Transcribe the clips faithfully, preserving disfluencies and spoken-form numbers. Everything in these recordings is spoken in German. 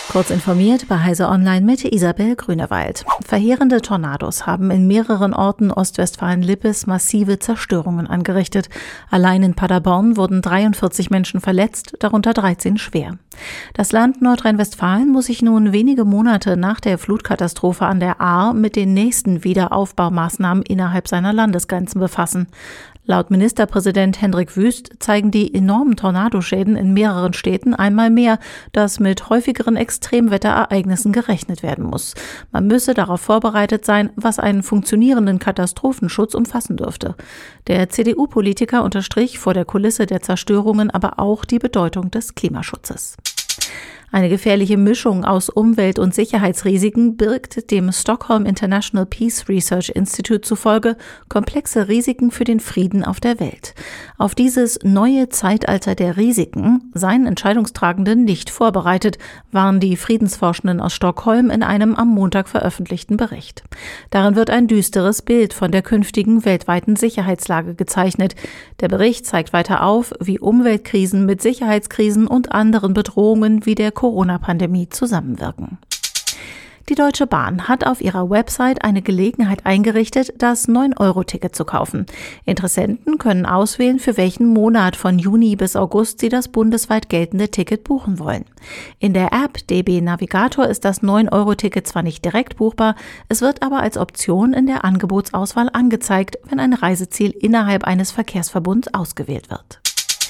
Kurz informiert bei Heise Online mit Isabel Grünewald. Verheerende Tornados haben in mehreren Orten Ostwestfalen-Lippes massive Zerstörungen angerichtet. Allein in Paderborn wurden dreiundvierzig Menschen verletzt, darunter dreizehn schwer. Das Land Nordrhein-Westfalen muss sich nun wenige Monate nach der Flutkatastrophe an der Ahr mit den nächsten Wiederaufbaumaßnahmen innerhalb seiner Landesgrenzen befassen. Laut Ministerpräsident Hendrik Wüst zeigen die enormen Tornadoschäden in mehreren Städten einmal mehr, dass mit häufigeren Extremwetterereignissen gerechnet werden muss. Man müsse darauf vorbereitet sein, was einen funktionierenden Katastrophenschutz umfassen dürfte. Der C D U-Politiker unterstrich vor der Kulisse der Zerstörungen aber auch die Bedeutung des Klimaschutzes. Eine gefährliche Mischung aus Umwelt- und Sicherheitsrisiken birgt dem Stockholm International Peace Research Institute zufolge komplexe Risiken für den Frieden auf der Welt. Auf dieses neue Zeitalter der Risiken seien Entscheidungstragende nicht vorbereitet, waren die Friedensforschenden aus Stockholm in einem am Montag veröffentlichten Bericht. Darin wird ein düsteres Bild von der künftigen weltweiten Sicherheitslage gezeichnet. Der Bericht zeigt weiter auf, wie Umweltkrisen mit Sicherheitskrisen und anderen Bedrohungen wie der Corona-Pandemie zusammenwirken. Die Deutsche Bahn hat auf ihrer Website eine Gelegenheit eingerichtet, das neun Euro Ticket zu kaufen. Interessenten können auswählen, für welchen Monat von Juni bis August sie das bundesweit geltende Ticket buchen wollen. In der App D B Navigator ist das neun Euro Ticket zwar nicht direkt buchbar, es wird aber als Option in der Angebotsauswahl angezeigt, wenn ein Reiseziel innerhalb eines Verkehrsverbunds ausgewählt wird.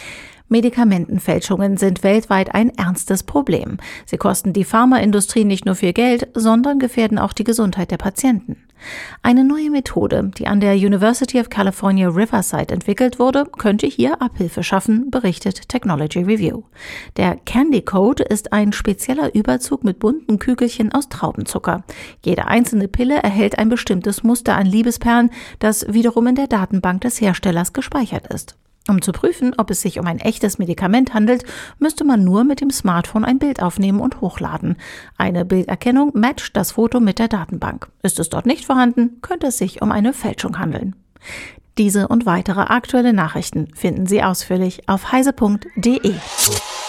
Medikamentenfälschungen sind weltweit ein ernstes Problem. Sie kosten die Pharmaindustrie nicht nur viel Geld, sondern gefährden auch die Gesundheit der Patienten. Eine neue Methode, die an der University of California Riverside entwickelt wurde, könnte hier Abhilfe schaffen, berichtet Technology Review. Der Candy Code ist ein spezieller Überzug mit bunten Kügelchen aus Traubenzucker. Jede einzelne Pille erhält ein bestimmtes Muster an Liebesperlen, das wiederum in der Datenbank des Herstellers gespeichert ist. Um zu prüfen, ob es sich um ein echtes Medikament handelt, müsste man nur mit dem Smartphone ein Bild aufnehmen und hochladen. Eine Bilderkennung matcht das Foto mit der Datenbank. Ist es dort nicht vorhanden, könnte es sich um eine Fälschung handeln. Diese und weitere aktuelle Nachrichten finden Sie ausführlich auf heise punkt de.